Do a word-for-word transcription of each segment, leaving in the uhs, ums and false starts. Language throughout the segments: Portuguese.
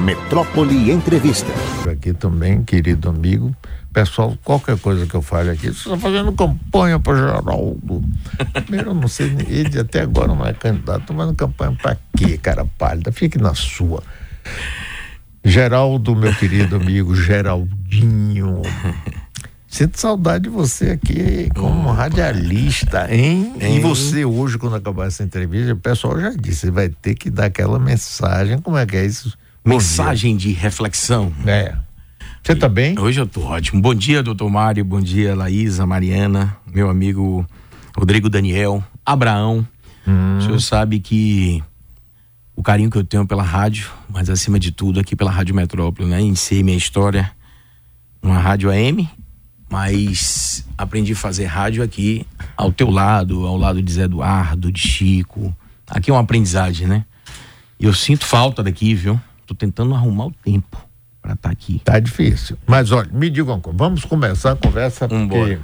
Metrópole Entrevista. Aqui também, querido amigo. Pessoal, qualquer coisa que eu fale aqui, você está fazendo campanha para Geraldo. Primeiro, eu não sei, ele até agora não é candidato, mas campanha para quê, cara pálida? Fique na sua. Geraldo, meu querido amigo Geraldinho, sinto saudade de você aqui como Opa. radialista, hein? hein? E você hoje, quando acabar essa entrevista, o pessoal já disse, vai ter que dar aquela mensagem, como é que é isso? Mensagem de reflexão. É. Você tá bem? Hoje eu tô ótimo. Bom dia, doutor Mário, bom dia, Laísa, Mariana, meu amigo Rodrigo Daniel, Abraão. Hum. O senhor sabe que o carinho que eu tenho pela rádio, mas acima de tudo aqui pela Rádio Metrópole, né? Iniciei minha história numa rádio A M, mas aprendi a fazer rádio aqui ao teu lado, ao lado de Zé Eduardo, de Chico. Aqui é uma aprendizagem, né? E eu sinto falta daqui, viu? Tô tentando arrumar o tempo para estar tá aqui. Tá difícil. Mas olha, me diga uma coisa, vamos começar a conversa porque Vambora.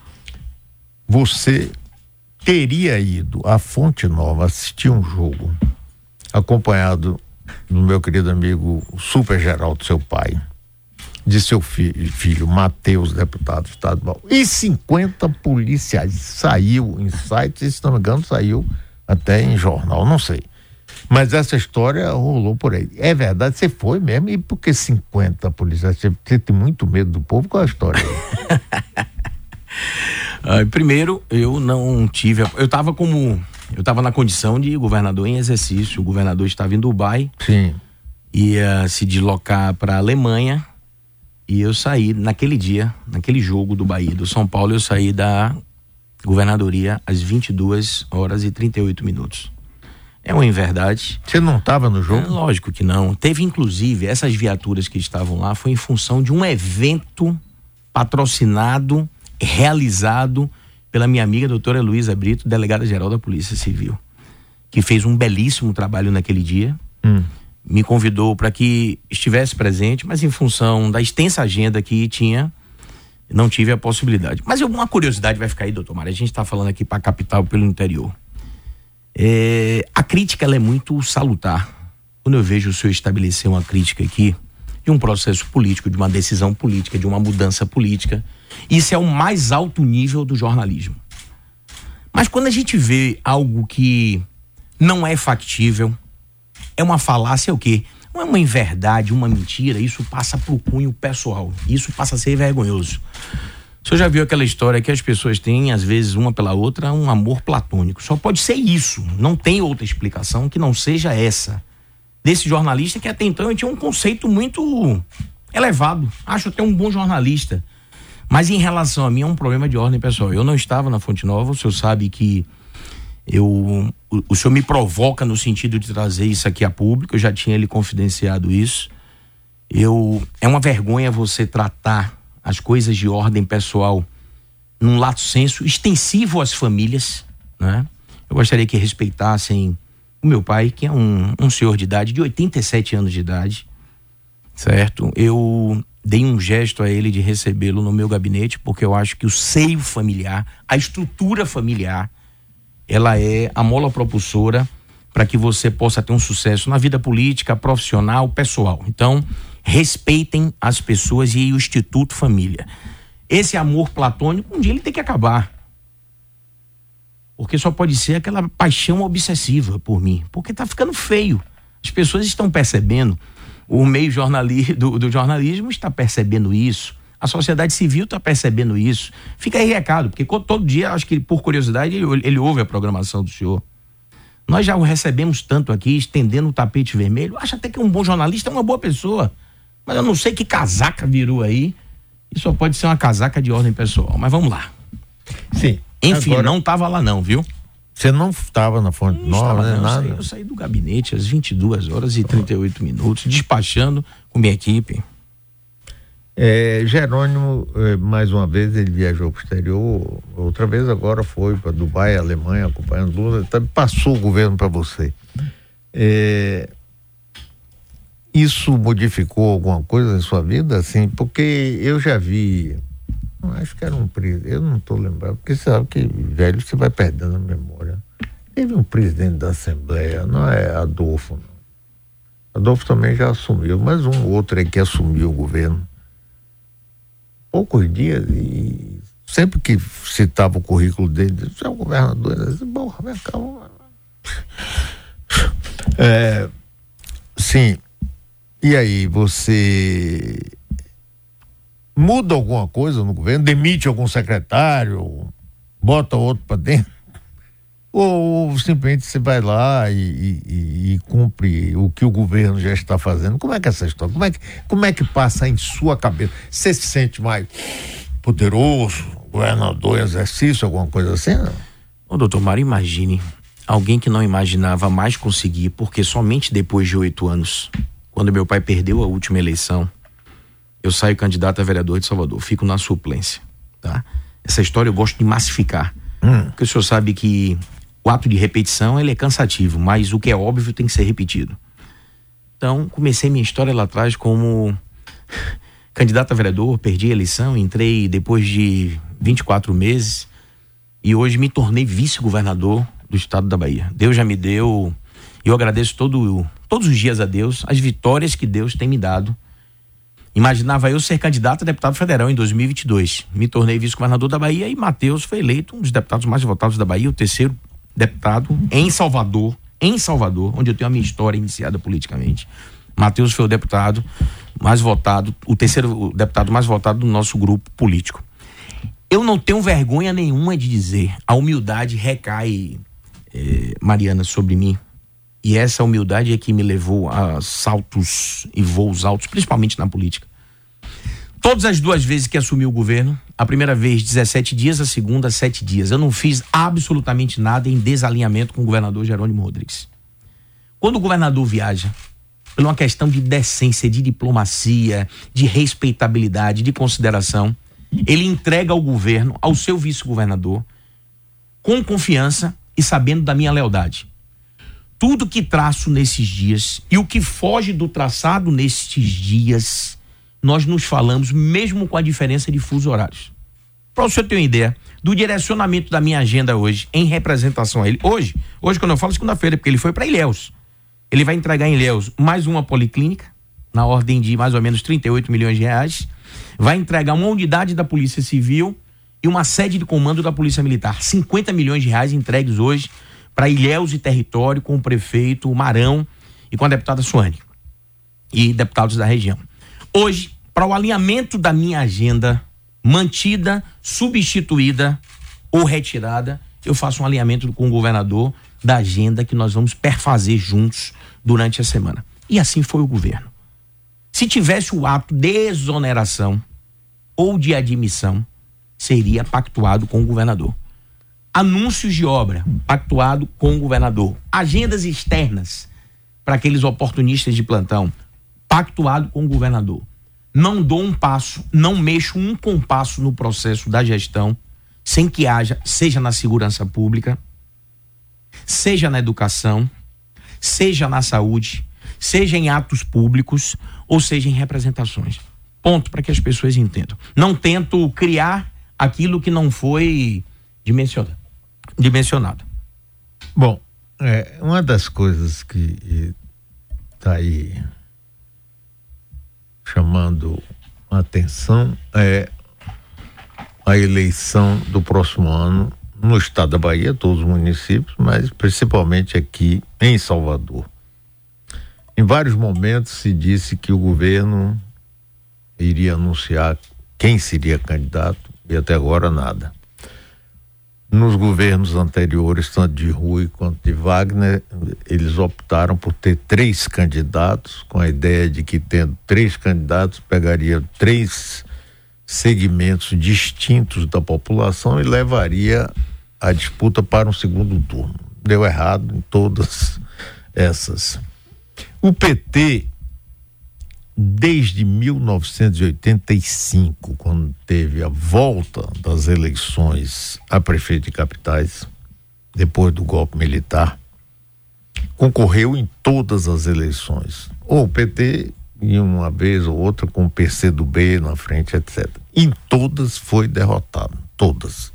Você teria ido à Fonte Nova assistir um jogo acompanhado do meu querido amigo Super Geraldo, seu pai, de seu fi- filho Matheus, deputado estadual, e cinquenta policiais. Saiu em sites, se não me engano, saiu até em jornal, não sei. Mas essa história rolou por aí. É verdade, você foi mesmo? E por que cinquenta policiais? Você, você tem muito medo do povo? Qual é a história aí? ah, primeiro, eu não tive... Eu estava como... Eu estava na condição de governador em exercício. O governador estava em Dubai. Sim. Ia se deslocar para a Alemanha. E eu saí naquele dia, naquele jogo do Bahia, do São Paulo, eu saí da governadoria às vinte e duas horas e trinta e oito minutos. É uma inverdade. Você não estava no jogo? É, lógico que não. Teve, inclusive, essas viaturas que estavam lá, foi em função de um evento patrocinado, realizado pela minha amiga doutora Luísa Brito, delegada-geral da Polícia Civil, que fez um belíssimo trabalho naquele dia. Hum. Me convidou para que estivesse presente, mas em função da extensa agenda que tinha, não tive a possibilidade. Mas uma curiosidade vai ficar aí, doutor Mário. A gente está falando aqui para a capital, pelo interior. É, a crítica, ela é muito salutar. Quando eu vejo o senhor estabelecer uma crítica aqui de um processo político, de uma decisão política, de uma mudança política, isso é o mais alto nível do jornalismo. Mas quando a gente vê algo que não é factível, é uma falácia, é o quê? Não é uma inverdade, uma mentira, isso passa pro cunho pessoal, isso passa a ser vergonhoso. O senhor já viu aquela história que as pessoas têm, às vezes, uma pela outra, um amor platônico. Só pode ser isso. Não tem outra explicação que não seja essa. Desse jornalista que até então tinha um conceito muito elevado. Acho até um bom jornalista. Mas em relação a mim é um problema de ordem pessoal. Eu não estava na Fonte Nova, o senhor sabe que eu, o, o senhor me provoca no sentido de trazer isso aqui a público, eu já tinha lhe confidenciado isso. Eu, é uma vergonha você tratar as coisas de ordem pessoal num lato senso extensivo às famílias, né? Eu gostaria que respeitassem o meu pai, que é um, um senhor de idade, de oitenta e sete anos de idade, certo? Eu dei um gesto a ele de recebê-lo no meu gabinete, porque eu acho que o seio familiar, a estrutura familiar, ela é a mola propulsora para que você possa ter um sucesso na vida política, profissional, pessoal. Então, respeitem as pessoas e o Instituto Família. Esse amor platônico, um dia ele tem que acabar. Porque só pode ser aquela paixão obsessiva por mim. Porque tá ficando feio. As pessoas estão percebendo, o meio jornali, do, do jornalismo está percebendo isso, a sociedade civil está percebendo isso. Fica aí recado, porque todo dia, acho que por curiosidade, ele, ele ouve a programação do senhor. Nós já o recebemos tanto aqui, estendendo o tapete vermelho. Acho até que um bom jornalista é uma boa pessoa. Mas eu não sei que casaca virou aí. E só pode ser uma casaca de ordem pessoal. Mas vamos lá. Sim. Enfim, agora, não estava lá não, viu? Você não estava na Fonte Nova, né? Não, Nada. eu, saí, eu saí do gabinete às vinte e duas horas e trinta e oito minutos, despachando com minha equipe. É, Jerônimo, é, mais uma vez ele viajou para o exterior, outra vez agora foi para Dubai, Alemanha, acompanhando Lula, então passou o governo para você. É, isso modificou alguma coisa na sua vida, assim? Porque eu já vi, acho que era um presidente, eu não estou lembrando, porque você sabe que velho você vai perdendo a memória. Teve um presidente da Assembleia, não é Adolfo, não. Adolfo também já assumiu, mas um outro é que assumiu o governo. Poucos dias, e sempre que citava o currículo dele, dizia, é o governador, ele dizia, bom, vem cá, vamos lá. É, sim, e aí, você muda alguma coisa no governo, demite algum secretário, bota outro para dentro, ou simplesmente você vai lá e, e, e cumpre o que o governo já está fazendo? Como é que é essa história? Como é que, como é que passa em sua cabeça? Você se sente mais poderoso, governador em exercício, alguma coisa assim? Não? Ô, doutor Mário, imagine alguém que não imaginava mais conseguir, porque somente depois de oito anos, quando meu pai perdeu a última eleição, eu saio candidato a vereador de Salvador, fico na suplência, tá? Essa história eu gosto de massificar, hum. porque o senhor sabe que o ato de repetição, ele é cansativo, mas o que é óbvio tem que ser repetido. Então, comecei minha história lá atrás como candidato a vereador, perdi a eleição, entrei depois de vinte e quatro meses e hoje me tornei vice-governador do estado da Bahia. Deus já me deu, eu agradeço todo, todos os dias a Deus, as vitórias que Deus tem me dado. Imaginava eu ser candidato a deputado federal em dois mil e vinte e dois. Me tornei vice-governador da Bahia e Matheus foi eleito um dos deputados mais votados da Bahia, o terceiro deputado em Salvador, em Salvador, onde eu tenho a minha história iniciada politicamente. Matheus foi o deputado mais votado, o terceiro deputado mais votado do nosso grupo político. Eu não tenho vergonha nenhuma de dizer, a humildade recai, eh, Mariana, sobre mim. E essa humildade é que me levou a saltos e voos altos, principalmente na política. Todas as duas vezes que assumi o governo, a primeira vez dezessete dias, a segunda sete dias. Eu não fiz absolutamente nada em desalinhamento com o governador Jerônimo Rodrigues. Quando o governador viaja, por uma questão de decência, de diplomacia, de respeitabilidade, de consideração, ele entrega ao governo, ao seu vice-governador, com confiança e sabendo da minha lealdade. Tudo que traço nesses dias e o que foge do traçado nesses dias, nós nos falamos mesmo com a diferença de fuso horários. Para o senhor ter uma ideia do direcionamento da minha agenda hoje, em representação a ele. Hoje, hoje quando eu falo segunda-feira, porque ele foi para Ilhéus. Ele vai entregar em Ilhéus mais uma policlínica, na ordem de mais ou menos trinta e oito milhões de reais. Vai entregar uma unidade da Polícia Civil e uma sede de comando da Polícia Militar. cinquenta milhões de reais entregues hoje para Ilhéus e território, com o prefeito Marão e com a deputada Suane e deputados da região. Hoje, para o alinhamento da minha agenda, mantida, substituída ou retirada, eu faço um alinhamento com o governador da agenda que nós vamos perfazer juntos durante a semana. E assim foi o governo. Se tivesse o ato de exoneração ou de admissão, seria pactuado com o governador. Anúncios de obra, pactuado com o governador. Agendas externas para aqueles oportunistas de plantão, pactuado com o governador. Não dou um passo, não mexo um compasso no processo da gestão sem que haja, seja na segurança pública, seja na educação, seja na saúde, seja em atos públicos ou seja em representações. Ponto, para que as pessoas entendam. Não tento criar aquilo que não foi dimensionado. dimensionado. Bom, é, uma das coisas que está aí chamando a atenção é a eleição do próximo ano no estado da Bahia, todos os municípios, mas principalmente aqui em Salvador. Em vários momentos se disse que o governo iria anunciar quem seria candidato e até agora nada. Nos governos anteriores, tanto de Rui quanto de Wagner, eles optaram por ter três candidatos, com a ideia de que tendo três candidatos, pegaria três segmentos distintos da população e levaria a disputa para um segundo turno. Deu errado em todas essas. O P T, desde mil novecentos e oitenta e cinco, quando teve a volta das eleições a prefeito de capitais, depois do golpe militar, concorreu em todas as eleições. Ou o P T, em uma vez ou outra, com o P C do B na frente, etcétera. Em todas foi derrotado, todas.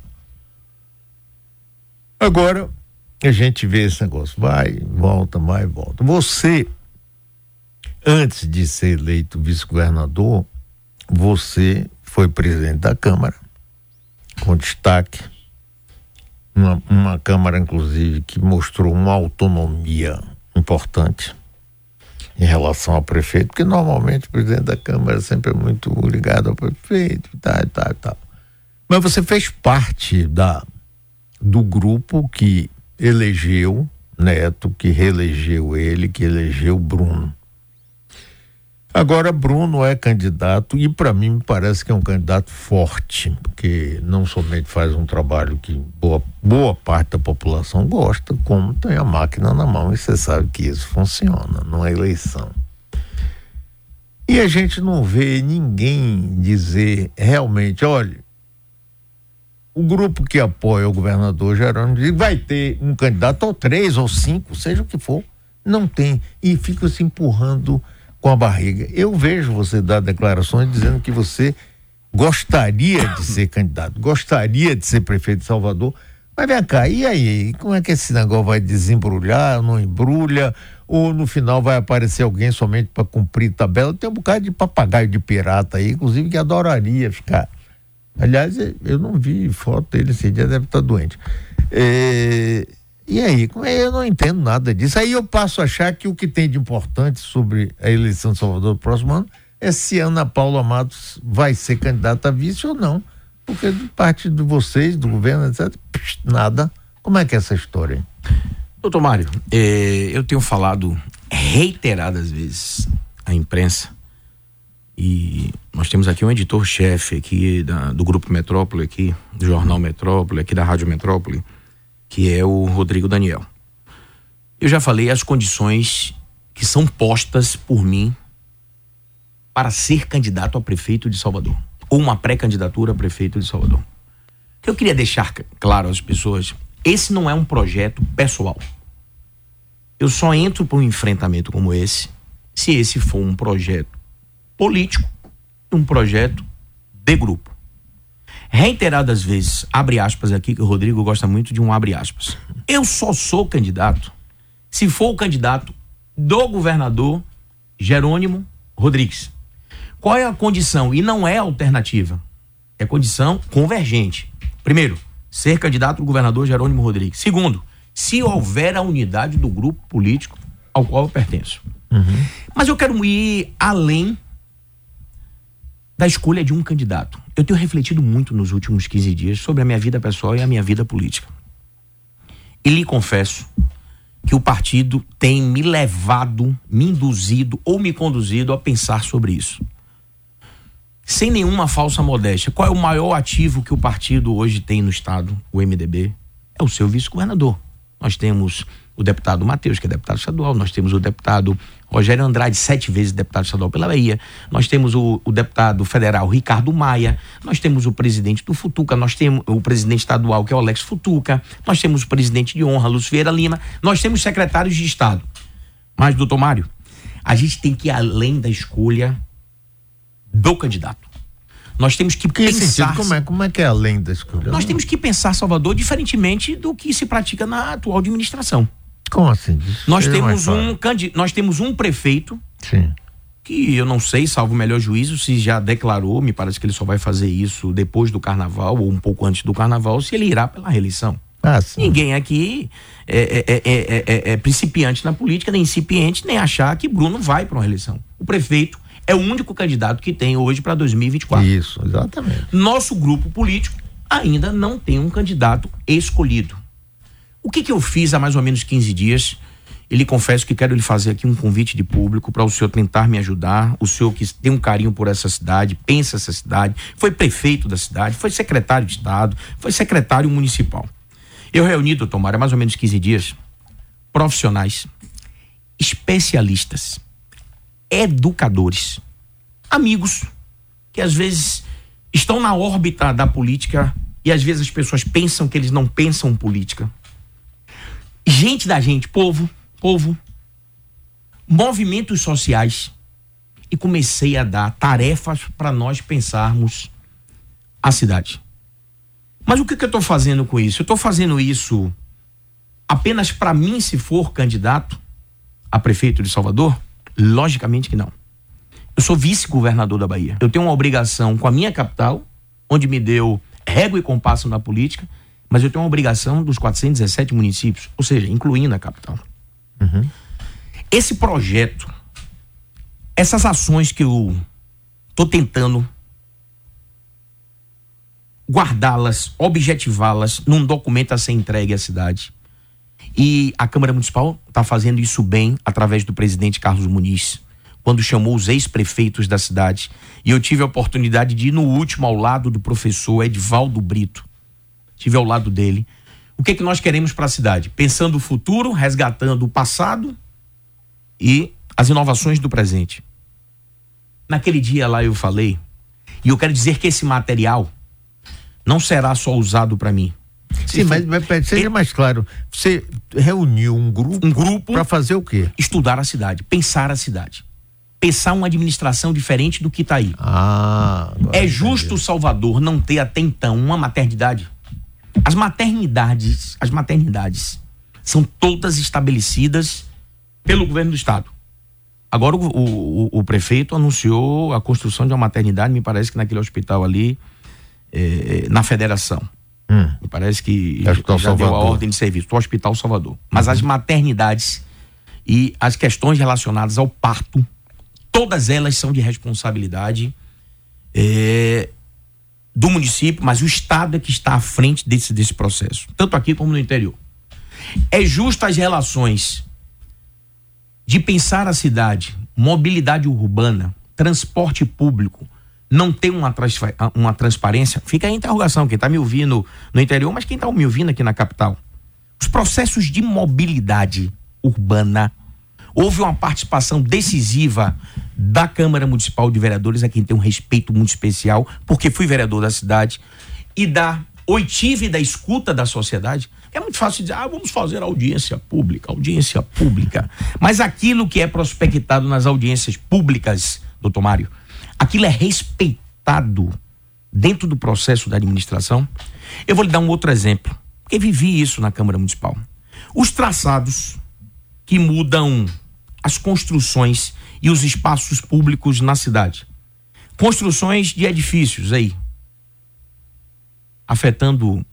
Agora, a gente vê esse negócio, vai, volta, vai, volta. Você antes de ser eleito vice-governador, você foi presidente da Câmara, com destaque, uma, uma Câmara, inclusive, que mostrou uma autonomia importante em relação ao prefeito, porque normalmente o presidente da Câmara sempre é muito ligado ao prefeito, e tal, e tal, e tal. Mas você fez parte da, do grupo que elegeu Neto, que reelegeu ele, que elegeu Bruno. Agora, Bruno é candidato e, para mim, me parece que é um candidato forte, porque não somente faz um trabalho que boa, boa parte da população gosta, como tem a máquina na mão, e você sabe que isso funciona numa eleição. E a gente não vê ninguém dizer realmente, olha, o grupo que apoia o governador Jerônimo diz, vai ter um candidato ou três ou cinco, seja o que for, não tem, e fica se empurrando com a barriga. Eu vejo você dar declarações dizendo que você gostaria de ser candidato, gostaria de ser prefeito de Salvador, mas vem cá, e aí, como é que esse negócio vai desembrulhar, não embrulha, ou no final vai aparecer alguém somente para cumprir tabela? Tem um bocado de papagaio de pirata aí, inclusive, que adoraria ficar. Aliás, eu não vi foto dele, esse dia deve estar doente. É... E aí, como é? Eu não entendo nada disso. Aí eu passo a achar que o que tem de importante sobre a eleição de Salvador do próximo ano é se Ana Paula Matos vai ser candidata a vice ou não. Porque de parte de vocês, do governo, etcétera, nada. Como é que é essa história? Doutor Mário, eh, eu tenho falado reiteradas vezes à imprensa, e nós temos aqui um editor-chefe aqui da, do Grupo Metrópole, aqui, do Jornal Metrópole, aqui da Rádio Metrópole, que é o Rodrigo Daniel. Eu já falei as condições que são postas por mim para ser candidato a prefeito de Salvador, ou uma pré-candidatura a prefeito de Salvador. Eu queria deixar claro às pessoas, esse não é um projeto pessoal. Eu só entro para um enfrentamento como esse, se esse for um projeto político, um projeto de grupo. Reiteradas vezes, abre aspas aqui, que o Rodrigo gosta muito de um abre aspas. Eu só sou candidato se for o candidato do governador Jerônimo Rodrigues. Qual é a condição? E não é alternativa. É condição convergente. Primeiro, ser candidato do governador Jerônimo Rodrigues. Segundo, se houver a unidade do grupo político ao qual eu pertenço. Uhum. Mas eu quero ir além da escolha de um candidato. Eu tenho refletido muito nos últimos quinze dias sobre a minha vida pessoal e a minha vida política. E lhe confesso que o partido tem me levado, me induzido ou me conduzido a pensar sobre isso. Sem nenhuma falsa modéstia, qual é o maior ativo que o partido hoje tem no estado, o M D B? É o seu vice-governador. Nós temos o deputado Matheus, que é deputado estadual, nós temos o deputado Rogério Andrade, sete vezes deputado estadual pela Bahia, nós temos o, o deputado federal Ricardo Maia, nós temos o presidente do Futuca, nós temos o presidente estadual, que é o Alex Futuca, nós temos o presidente de honra, Lúcio Vieira Lima, nós temos secretários de estado. Mas, doutor Mário, a gente tem que ir além da escolha do candidato. Nós temos que, que pensar... Sentido, como, é, como é que é além da escolha? Nós temos que pensar Salvador diferentemente do que se pratica na atual administração. Como assim? Nós temos, um, nós temos um prefeito, sim, que eu não sei, salvo o melhor juízo, se já declarou, me parece que ele só vai fazer isso depois do carnaval ou um pouco antes do carnaval, se ele irá pela reeleição. Ah, sim. Ninguém aqui é, é, é, é, é principiante na política, nem incipiente, nem achar que Bruno vai para uma reeleição. O prefeito é o único candidato que tem hoje para dois mil e vinte e quatro. Isso, exatamente. Nosso grupo político ainda não tem um candidato escolhido. O que que eu fiz há mais ou menos quinze dias? Eu lhe confesso que quero lhe fazer aqui um convite de público para o senhor tentar me ajudar. O senhor que tem um carinho por essa cidade, pensa essa cidade, foi prefeito da cidade, foi secretário de estado, foi secretário municipal. Eu reuni, doutor Mário, há mais ou menos quinze dias, profissionais, especialistas, educadores, amigos, que às vezes estão na órbita da política e às vezes as pessoas pensam que eles não pensam política. Gente da gente, povo, povo, movimentos sociais, e comecei a dar tarefas para nós pensarmos a cidade. Mas o que, que eu estou fazendo com isso? Eu estou fazendo isso apenas para mim, se for candidato a prefeito de Salvador? Logicamente que não. Eu sou vice-governador da Bahia. Eu tenho uma obrigação com a minha capital, onde me deu régua e compasso na política, mas eu tenho uma obrigação dos quatrocentos e dezessete municípios, ou seja, incluindo a capital. Uhum. Esse projeto, essas ações que eu estou tentando guardá-las, objetivá-las num documento a ser entregue à cidade. E a Câmara Municipal está fazendo isso bem através do presidente Carlos Muniz, quando chamou os ex-prefeitos da cidade. E eu tive a oportunidade de ir no último ao lado do professor Edivaldo Brito. Estive ao lado dele. O que é que nós queremos para a cidade? Pensando o futuro, resgatando o passado e as inovações do presente. Naquele dia lá eu falei, e eu quero dizer que esse material não será só usado para mim. Sim, Se mas, mas seja mais claro, você reuniu um grupo, um grupo para fazer o quê? Estudar a cidade, pensar a cidade. Pensar uma administração diferente do que está aí. Ah, é justo Salvador não ter até então uma maternidade? As maternidades, as maternidades são todas estabelecidas pelo governo do estado. Agora o, o, o prefeito anunciou a construção de uma maternidade, me parece que naquele hospital ali, eh, na federação. Hum. Me parece que já, já deu a ordem de serviço, do Hospital Salvador. Mas uhum. as maternidades e as questões relacionadas ao parto, todas elas são de responsabilidade eh, do município, mas o estado é que está à frente desse, desse processo, tanto aqui como no interior. É justo as relações de pensar a cidade, mobilidade urbana, transporte público, não ter uma, trans, uma transparência. Fica aí a interrogação, quem está me ouvindo no interior, mas quem está me ouvindo aqui na capital. Os processos de mobilidade urbana, houve uma participação decisiva da Câmara Municipal de Vereadores, a quem tem um respeito muito especial, porque fui vereador da cidade, e da oitiva e da escuta da sociedade. É muito fácil dizer, ah, vamos fazer audiência pública, audiência pública. Mas aquilo que é prospectado nas audiências públicas, doutor Mário, aquilo é respeitado dentro do processo da administração. Eu vou lhe dar um outro exemplo, porque vivi isso na Câmara Municipal. Os traçados que mudam as construções e os espaços públicos na cidade. Construções de edifícios aí, afetando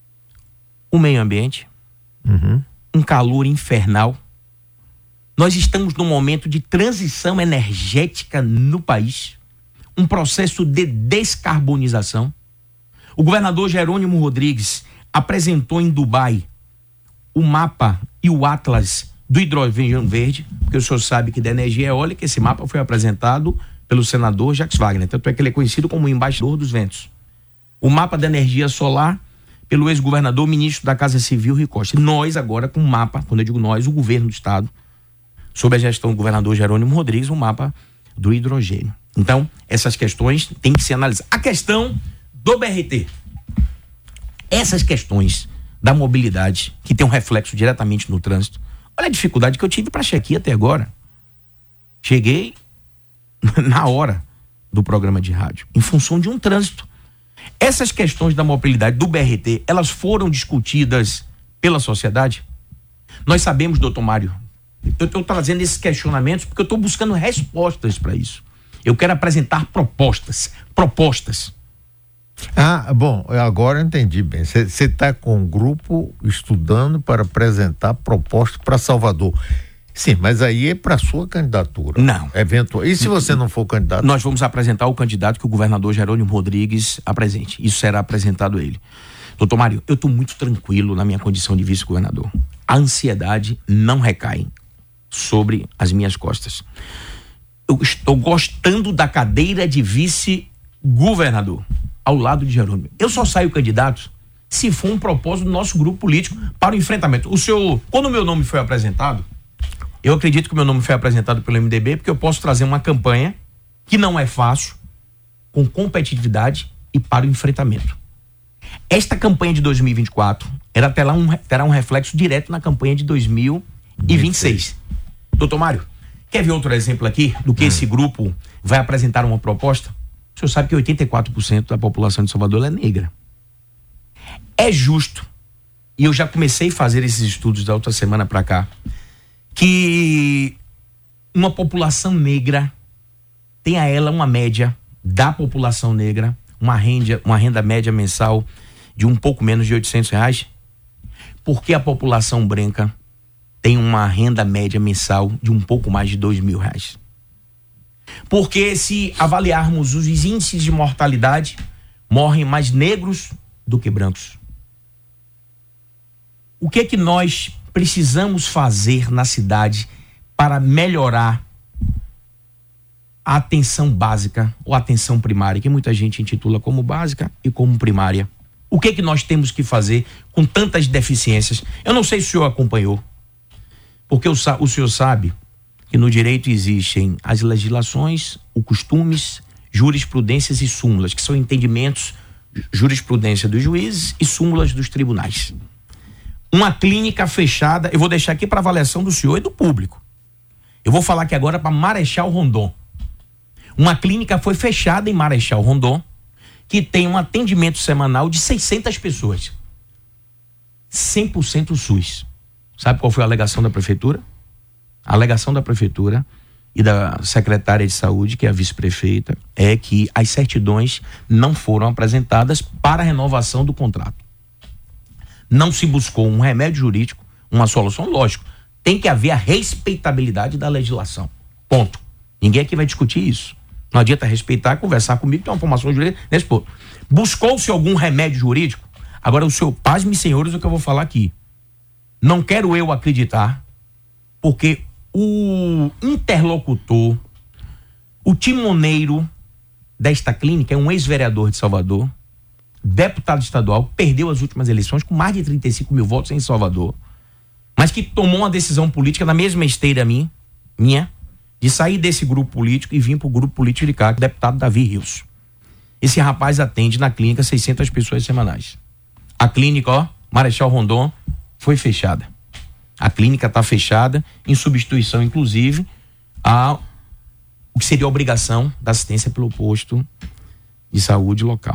o meio ambiente, uhum. um calor infernal. Nós estamos num momento de transição energética no país, um processo de descarbonização. O governador Jerônimo Rodrigues apresentou em Dubai o mapa e o atlas do hidrogênio verde, porque o senhor sabe que da energia eólica esse mapa foi apresentado pelo senador Jacques Wagner, tanto é que ele é conhecido como o embaixador dos ventos. O mapa da energia solar pelo ex-governador, ministro da Casa Civil, Rui Costa. Nós agora com o mapa, quando eu digo nós, o governo do estado, sob a gestão do governador Jerônimo Rodrigues, o mapa do hidrogênio. Então, essas questões têm que ser analisadas. A questão do B R T. Essas questões da mobilidade, que tem um reflexo diretamente no trânsito. Olha a dificuldade que eu tive para chegar aqui até agora. Cheguei na hora do programa de rádio, em função de um trânsito. Essas questões da mobilidade do B R T, elas foram discutidas pela sociedade? Nós sabemos, doutor Mário, eu estou trazendo esses questionamentos porque eu estou buscando respostas para isso. Eu quero apresentar propostas, propostas. Ah, bom, agora eu entendi bem. Você está com um grupo estudando para apresentar propostas para Salvador. Sim, mas aí é para sua candidatura. Não. Eventual. E se você não for candidato? Nós vamos apresentar o candidato que o governador Jerônimo Rodrigues apresente. Isso será apresentado a ele. Doutor Mário, eu estou muito tranquilo na minha condição de vice-governador. A ansiedade não recai sobre as minhas costas. Eu estou gostando da cadeira de vice-governador ao lado de Jerônimo. Eu só saio candidato se for um propósito do nosso grupo político para o enfrentamento. O senhor, quando o meu nome foi apresentado, eu acredito que o meu nome foi apresentado pelo M D B porque eu posso trazer uma campanha que não é fácil, com competitividade e para o enfrentamento. Esta campanha de dois mil e vinte e quatro era, terá, um, terá um reflexo direto na campanha de dois mil e vinte e seis. Doutor Mário, quer ver outro exemplo aqui do que hum. esse grupo vai apresentar uma proposta? O senhor sabe que oitenta e quatro por cento da população de Salvador é negra. É justo, e eu já comecei a fazer esses estudos da outra semana para cá, que uma população negra tenha ela uma média da população negra, uma renda, uma renda média mensal de um pouco menos de oitocentos reais? Porque a população branca tem uma renda média mensal de um pouco mais de dois mil reais? Porque se avaliarmos os índices de mortalidade, morrem mais negros do que brancos. O que é que nós precisamos fazer na cidade para melhorar a atenção básica ou atenção primária, que muita gente intitula como básica e como primária? O que é que nós temos que fazer com tantas deficiências? Eu não sei se o senhor acompanhou, porque o, o senhor sabe que no direito existem as legislações, os costumes, jurisprudências e súmulas, que são entendimentos, jurisprudência dos juízes e súmulas dos tribunais. Uma clínica fechada, eu vou deixar aqui para avaliação do senhor e do público. Eu vou falar aqui agora para Marechal Rondon. Uma clínica foi fechada em Marechal Rondon, que tem um atendimento semanal de seiscentas pessoas. cem por cento SUS. Sabe qual foi a alegação da prefeitura? A alegação da prefeitura e da secretária de saúde, que é a vice-prefeita, é que as certidões não foram apresentadas para a renovação do contrato. Não se buscou um remédio jurídico, uma solução, lógico. Tem que haver a respeitabilidade da legislação. Ponto. Ninguém aqui vai discutir isso. Não adianta respeitar, conversar comigo, ter uma formação jurídica nesse ponto. Buscou-se algum remédio jurídico? Agora, o senhor, pasme, senhores, o que eu vou falar aqui. Não quero eu acreditar, porque o interlocutor, o timoneiro desta clínica é um ex-vereador de Salvador, deputado estadual, perdeu as últimas eleições com mais de trinta e cinco mil votos em Salvador, mas que tomou uma decisão política na mesma esteira minha, minha de sair desse grupo político e vir para o grupo político de cá, o deputado Davi Rios. Esse rapaz atende na clínica seiscentas pessoas semanais. A clínica, ó, Marechal Rondon, foi fechada. A clínica está fechada, em substituição, inclusive, a o que seria a obrigação da assistência pelo posto de saúde local.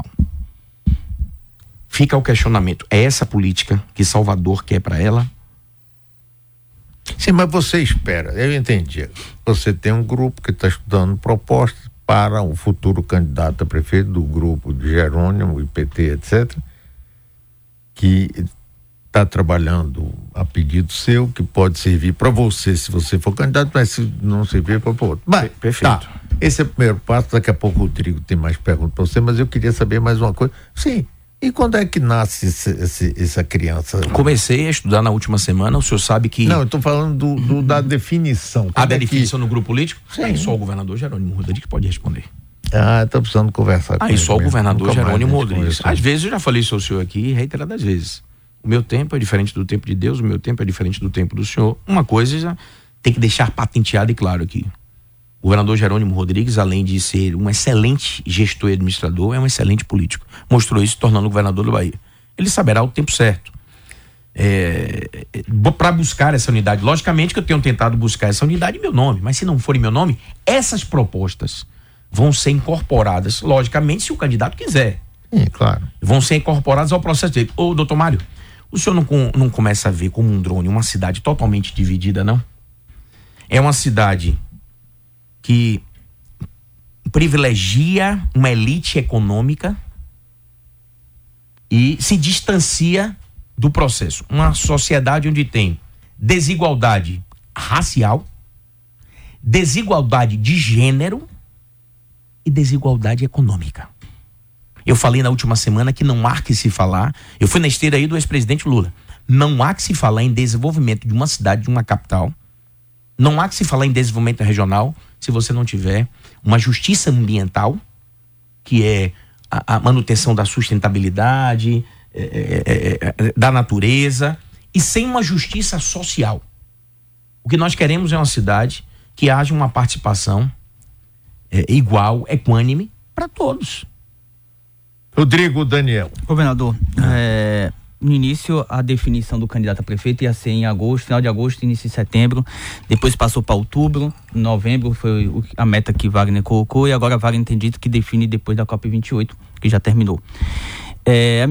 Fica o questionamento. É essa política que Salvador quer para ela? Sim, mas você espera, eu entendi. Você tem um grupo que está estudando propostas para o futuro candidato a prefeito do grupo de Jerônimo, I P T, etcétera, que está trabalhando a pedido seu, que pode servir para você se você for candidato, mas se não servir para o outro. Mas, perfeito. Tá, esse é o primeiro passo. Daqui a pouco o Rodrigo tem mais perguntas para você, mas eu queria saber mais uma coisa. Sim, e quando é que nasce esse, esse, essa criança? Comecei a estudar na última semana, o senhor sabe que... Não, eu estou falando do, do, da definição. A da é definição que... no grupo político? Sim. Aí só o governador Jerônimo Rodrigues pode responder. Ah, estou precisando conversar com Aí só o mesmo. governador Nunca Jerônimo mais a gente Rodrigues. conversou. Às vezes eu já falei isso ao senhor aqui, reiteradas vezes. O meu tempo é diferente do tempo de Deus, o meu tempo é diferente do tempo do senhor. Uma coisa já tem que deixar patenteado e claro aqui. O governador Jerônimo Rodrigues, além de ser um excelente gestor e administrador, é um excelente político. Mostrou isso tornando o governador do Bahia. Ele saberá o tempo certo. É, para buscar essa unidade. Logicamente que eu tenho tentado buscar essa unidade em meu nome, mas se não for em meu nome, essas propostas vão ser incorporadas, logicamente, se o candidato quiser. Sim, claro. Vão ser incorporadas ao processo dele. Ô, doutor Mário, o senhor não, não começa a ver como um drone uma cidade totalmente dividida, não? É uma cidade que privilegia uma elite econômica e se distancia do processo. Uma sociedade onde tem desigualdade racial, desigualdade de gênero e desigualdade econômica. Eu falei na última semana que não há que se falar, eu fui na esteira aí do ex-presidente Lula, não há que se falar em desenvolvimento de uma cidade, de uma capital, não há que se falar em desenvolvimento regional se você não tiver uma justiça ambiental, que é a, a manutenção da sustentabilidade, é, é, é, da natureza, e sem uma justiça social. O que nós queremos é uma cidade que haja uma participação é, igual, equânime, para todos. Rodrigo Daniel. Governador, é, no início a definição do candidato a prefeito ia ser em agosto, final de agosto, início de setembro, depois passou para outubro, novembro foi a meta que Wagner colocou e agora Wagner tem dito que define depois da COP vinte e oito, que já terminou. É, a minha,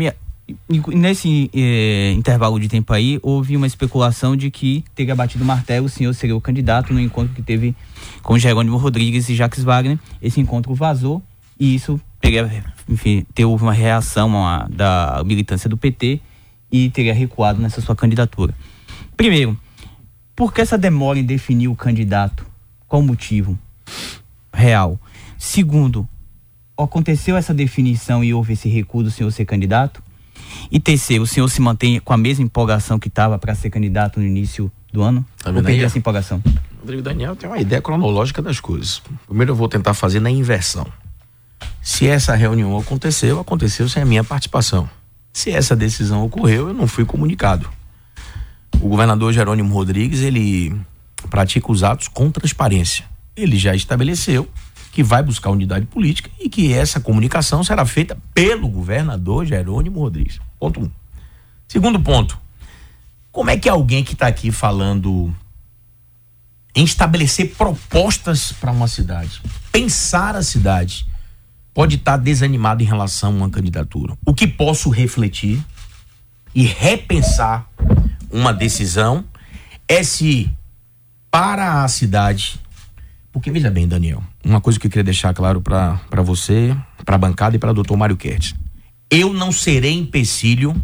E nesse eh, intervalo de tempo aí, houve uma especulação de que teria batido o martelo, o senhor seria o candidato no encontro que teve com Jerônimo Rodrigues e Jacques Wagner. Esse encontro vazou e isso teria, enfim, teve uma reação uma, da militância do P T e teria recuado nessa sua candidatura. Primeiro, por que essa demora em definir o candidato? Qual o motivo real? Segundo, aconteceu essa definição e houve esse recuo do senhor ser candidato? E terceiro, o senhor se mantém com a mesma empolgação que estava para ser candidato no início do ano? Tá Ou perdeu essa empolgação? Rodrigo Daniel tem uma ideia cronológica das coisas. Primeiro eu vou tentar fazer na inversão. Se essa reunião aconteceu, aconteceu sem a minha participação. Se essa decisão ocorreu, eu não fui comunicado. O governador Jerônimo Rodrigues, ele pratica os atos com transparência. Ele já estabeleceu que vai buscar unidade política e que essa comunicação será feita pelo governador Jerônimo Rodrigues. Ponto um. Segundo ponto, como é que alguém que está aqui falando em estabelecer propostas para uma cidade, pensar a cidade, pode estar tá desanimado em relação a uma candidatura? O que posso refletir e repensar uma decisão é se para a cidade, porque veja bem, Daniel, uma coisa que eu queria deixar claro para você, para a bancada e para o doutor Mário Kertz. Eu não serei empecilho,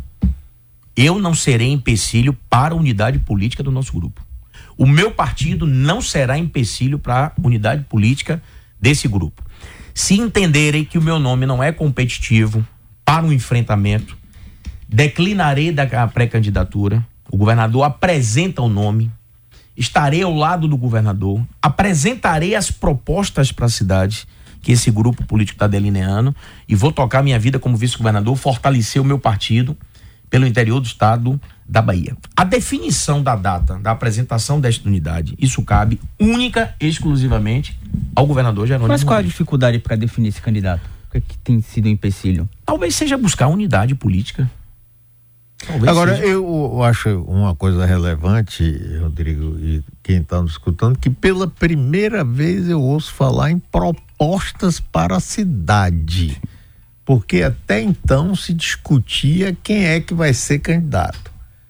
eu não serei empecilho para a unidade política do nosso grupo. O meu partido não será empecilho para a unidade política desse grupo. Se entenderem que o meu nome não é competitivo para um enfrentamento, declinarei da pré-candidatura. O governador apresenta o nome, estarei ao lado do governador, apresentarei as propostas para a cidade que esse grupo político está delineando e vou tocar minha vida como vice-governador, fortalecer o meu partido pelo interior do estado da Bahia. A definição da data da apresentação desta unidade, isso cabe única e exclusivamente ao governador Jerônimo. Mas qual a dificuldade para definir esse candidato? O que, é que tem sido um empecilho? Talvez seja buscar unidade política. Talvez Agora, seja. eu acho uma coisa relevante, Rodrigo, e quem está nos escutando, que pela primeira vez eu ouço falar em propostas para a cidade. Porque até então se discutia quem é que vai ser candidato.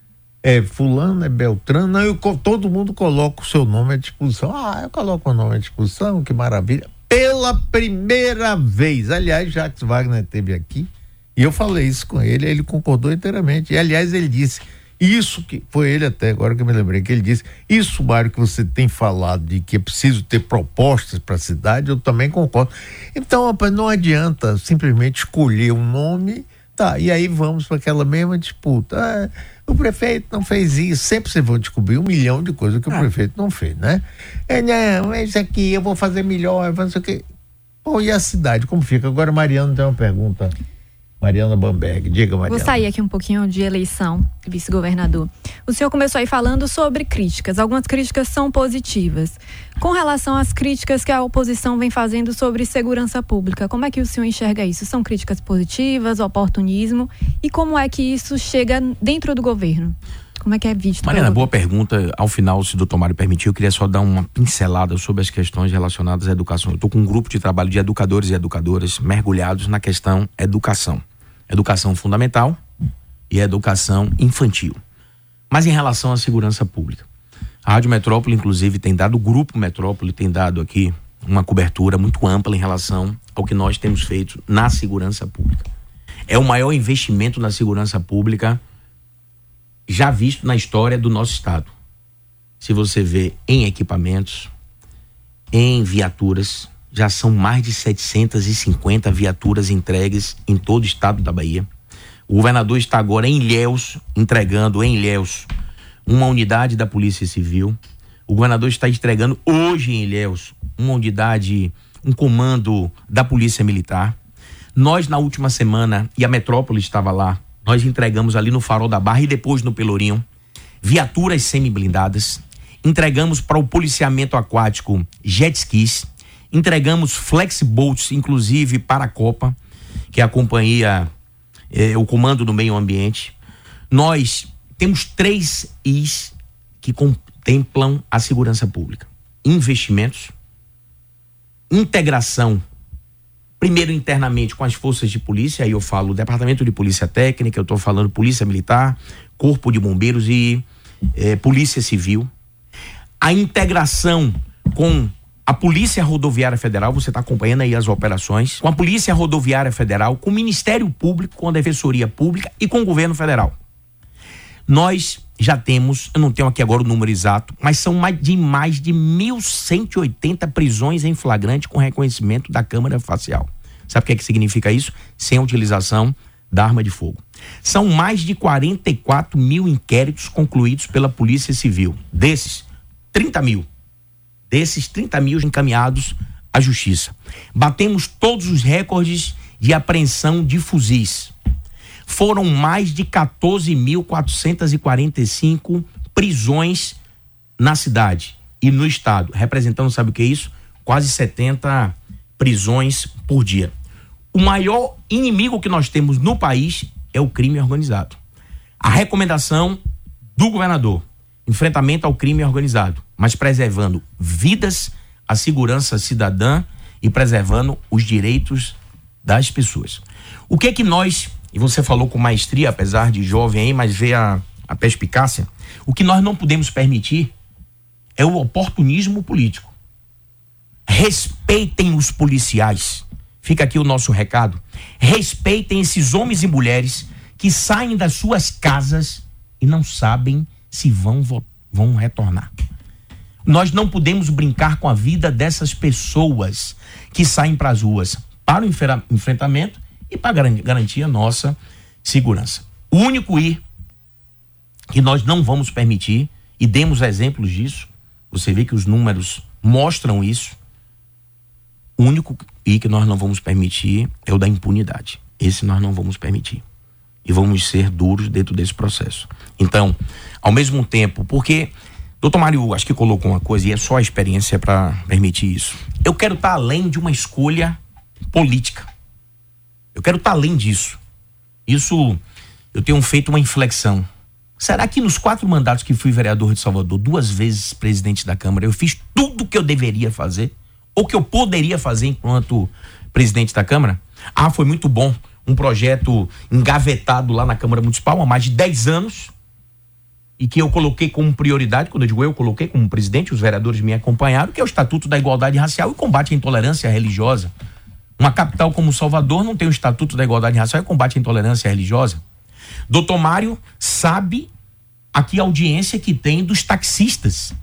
É fulano, é Beltrano, não, eu, todo mundo coloca o seu nome à disposição. Ah, eu coloco o nome à disposição, que maravilha. Pela primeira vez, aliás, Jacques Wagner esteve aqui, e eu falei isso com ele, ele concordou inteiramente. E, aliás, ele disse, isso que, foi ele até agora que eu me lembrei, que ele disse, isso, Mário, que você tem falado de que é preciso ter propostas para a cidade, eu também concordo. Então, rapaz, não adianta simplesmente escolher um nome, tá, e aí vamos para aquela mesma disputa. Ah, o prefeito não fez isso, sempre vocês vão descobrir um milhão de coisas que ah. o prefeito não fez, né? É, não, esse aqui eu vou fazer melhor, não sei o quê. Pô, e a cidade, como fica? Agora, Mariana tem uma pergunta. Mariana Bamberg, diga, Mariana. Vou sair aqui um pouquinho de eleição, vice-governador. O senhor começou aí falando sobre críticas. Algumas críticas são positivas. Com relação às críticas que a oposição vem fazendo sobre segurança pública, como é que o senhor enxerga isso? São críticas positivas, oportunismo? E como é que isso chega dentro do governo? Como é que é visto? Mariana, boa pergunta. Ao final, se o doutor Mário permitir, eu queria só dar uma pincelada sobre as questões relacionadas à educação. Eu estou com um grupo de trabalho de educadores e educadoras mergulhados na questão educação. Educação fundamental e educação infantil. Mas em relação à segurança pública, a Rádio Metrópole, inclusive, tem dado, o Grupo Metrópole tem dado aqui uma cobertura muito ampla em relação ao que nós temos feito na segurança pública. É o maior investimento na segurança pública já visto na história do nosso estado. Se você vê em equipamentos, em viaturas, já são mais de setecentas e cinquenta viaturas entregues em todo o estado da Bahia. O governador está agora em Ilhéus, entregando em Ilhéus uma unidade da Polícia Civil. O governador está entregando hoje em Ilhéus uma unidade, um comando da Polícia Militar. Nós, na última semana, e a Metrópole estava lá, nós entregamos ali no Farol da Barra e depois no Pelourinho viaturas semi-blindadas. Entregamos para o policiamento aquático jet skis. Entregamos flexiboats, inclusive para a Copa, que é a companhia, é, o Comando do Meio Ambiente. Nós temos três Is que contemplam a segurança pública: investimentos, integração Primeiro, internamente, com as forças de polícia, aí eu falo Departamento de Polícia Técnica, eu estou falando Polícia Militar, Corpo de Bombeiros e eh, Polícia Civil. A integração com a Polícia Rodoviária Federal, você está acompanhando aí as operações, com a Polícia Rodoviária Federal, com o Ministério Público, com a Defensoria Pública e com o Governo Federal. Nós já temos, eu não tenho aqui agora o número exato, mas são mais de mais de mil cento e oitenta prisões em flagrante com reconhecimento da câmara facial. Sabe o que é que significa isso? Sem a utilização da arma de fogo. São mais de quarenta e quatro mil inquéritos concluídos pela Polícia Civil. Desses, trinta mil. Desses, trinta mil encaminhados à Justiça. Batemos todos os recordes de apreensão de fuzis. Foram mais de quatorze mil quatrocentas e quarenta e cinco prisões na cidade e no estado, representando, sabe o que é isso? Quase setenta prisões por dia. O maior inimigo que nós temos no país é o crime organizado. A recomendação do governador, enfrentamento ao crime organizado, mas preservando vidas, a segurança cidadã e preservando os direitos das pessoas. O que é que nós... E você falou com maestria, apesar de jovem aí, mas vê a, a perspicácia. O que nós não podemos permitir é o oportunismo político. Respeitem os policiais. Fica aqui o nosso recado. Respeitem esses homens e mulheres que saem das suas casas e não sabem se vão, vão retornar. Nós não podemos brincar com a vida dessas pessoas que saem para as ruas para o enfrentamento e para garantir a nossa segurança. O único I que nós não vamos permitir, e demos exemplos disso, você vê que os números mostram isso, o único I que nós não vamos permitir é o da impunidade. Esse nós não vamos permitir. E vamos ser duros dentro desse processo. Então, ao mesmo tempo, porque doutor Mário, acho que colocou uma coisa, e é só a experiência para permitir isso. Eu quero estar além de uma escolha política. Eu quero estar além disso. Isso, eu tenho feito uma inflexão. Será que nos quatro mandatos que fui vereador de Salvador, duas vezes presidente da Câmara, eu fiz tudo o que eu deveria fazer? Ou que eu poderia fazer enquanto presidente da Câmara? Ah, foi muito bom. Um projeto engavetado lá na Câmara Municipal há mais de dez anos e que eu coloquei como prioridade, quando eu digo eu coloquei como presidente, os vereadores me acompanharam, que é o Estatuto da Igualdade Racial e combate à intolerância religiosa. Uma capital como Salvador não tem o Estatuto da Igualdade Racial e combate à intolerância religiosa. Doutor Mário sabe aqui a audiência que tem dos taxistas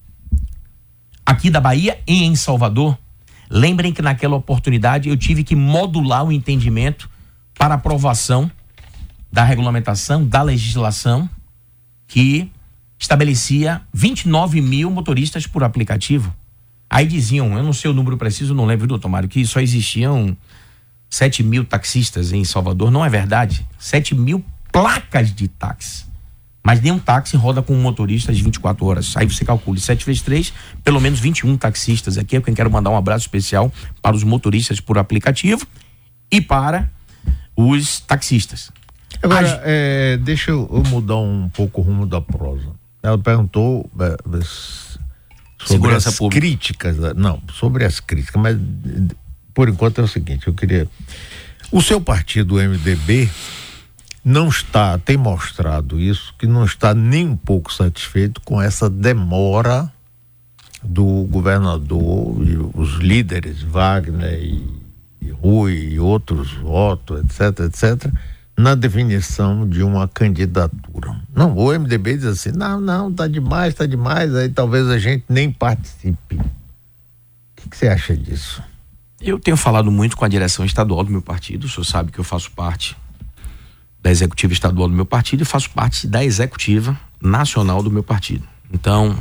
aqui da Bahia e em Salvador. Lembrem que naquela oportunidade eu tive que modular o entendimento para aprovação da regulamentação, da legislação que estabelecia vinte e nove mil motoristas por aplicativo. Aí diziam, eu não sei o número preciso, não lembro, doutor Mário, que só existiam sete mil taxistas em Salvador. Não é verdade. sete mil placas de táxi. Mas nenhum táxi roda com um motorista de vinte e quatro horas. Aí você calcule sete vezes três, pelo menos vinte e um taxistas aqui. Eu quero mandar um abraço especial para os motoristas por aplicativo e para os taxistas. Agora, As... é, deixa eu mudar um pouco o rumo da prosa. Ela perguntou... É, sobre Segurança as pública. críticas, não, sobre as críticas, mas por enquanto é o seguinte, eu queria, o seu partido, o M D B, não está, tem mostrado isso, que não está nem um pouco satisfeito com essa demora do governador e os líderes, Wagner e, e Rui e outros, Otto, etc, etc, na definição de uma candidatura. Não, o M D B diz assim, não, não, tá demais, tá demais, aí talvez a gente nem participe. O que, que você acha disso? Eu tenho falado muito com a direção estadual do meu partido, o senhor sabe que eu faço parte da executiva estadual do meu partido e faço parte da executiva nacional do meu partido. Então,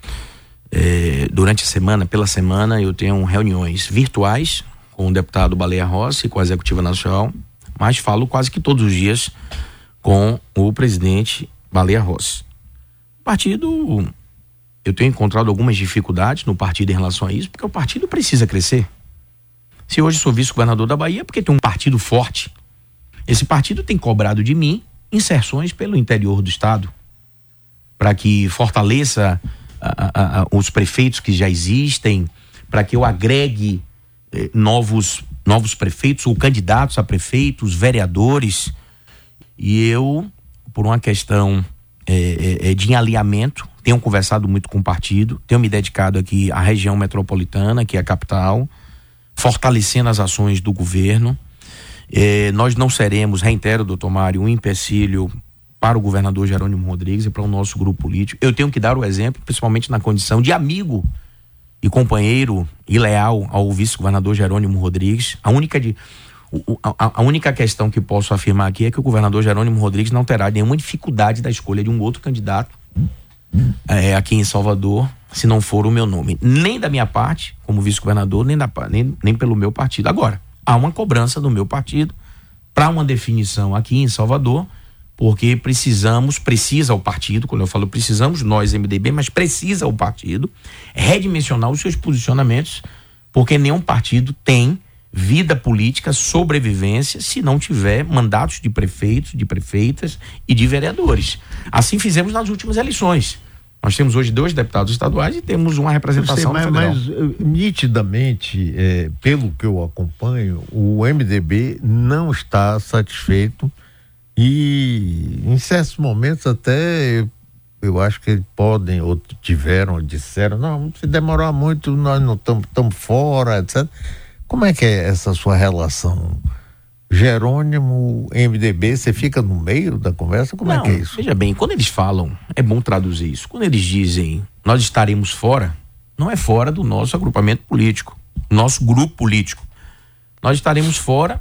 é, durante a semana, pela semana, eu tenho reuniões virtuais com o deputado Baleia Rossi e com a executiva nacional, mas falo quase que todos os dias com o presidente Baleia Rossi. O partido, eu tenho encontrado algumas dificuldades no partido em relação a isso, porque o partido precisa crescer. Se hoje sou vice-governador da Bahia, é porque tem um partido forte. Esse partido tem cobrado de mim inserções pelo interior do estado, para que fortaleça a, a, a, os prefeitos que já existem, para que eu agregue eh, novos, novos prefeitos ou candidatos a prefeitos, vereadores, e eu, por uma questão eh, eh, de alinhamento, tenho conversado muito com o partido, tenho me dedicado aqui à região metropolitana, que é a capital, fortalecendo as ações do governo. Eh, nós não seremos, reitero, doutor Mário, um empecilho para o governador Jerônimo Rodrigues e para o nosso grupo político. Eu tenho que dar o exemplo, principalmente na condição de amigo e companheiro e leal ao vice-governador Jerônimo Rodrigues. A única, de, a, a única questão que posso afirmar aqui é que o governador Jerônimo Rodrigues não terá nenhuma dificuldade da escolha de um outro candidato é, aqui em Salvador, se não for o meu nome. Nem da minha parte, como vice-governador, nem, da, nem, nem pelo meu partido. Agora, há uma cobrança do meu partido para uma definição aqui em Salvador, porque precisamos, precisa o partido, quando eu falo precisamos, nós M D B, mas precisa o partido redimensionar os seus posicionamentos, porque nenhum partido tem vida política, sobrevivência, se não tiver mandatos de prefeitos, de prefeitas e de vereadores. Assim fizemos nas últimas eleições. Nós temos hoje dois deputados estaduais e temos uma representação sei, mas, federal. Mas, nitidamente, é, pelo que eu acompanho, o M D B não está satisfeito e, em certos momentos, até eu, eu acho que eles podem, ou tiveram, ou disseram, não, se demorar muito, nós não estamos fora, etcétera. Como é que é essa sua relação? Jerônimo, M D B, você fica no meio da conversa? Como não, é que é isso? Veja bem, quando eles falam, é bom traduzir isso. Quando eles dizem, nós estaremos fora, não é fora do nosso agrupamento político, nosso grupo político. Nós estaremos fora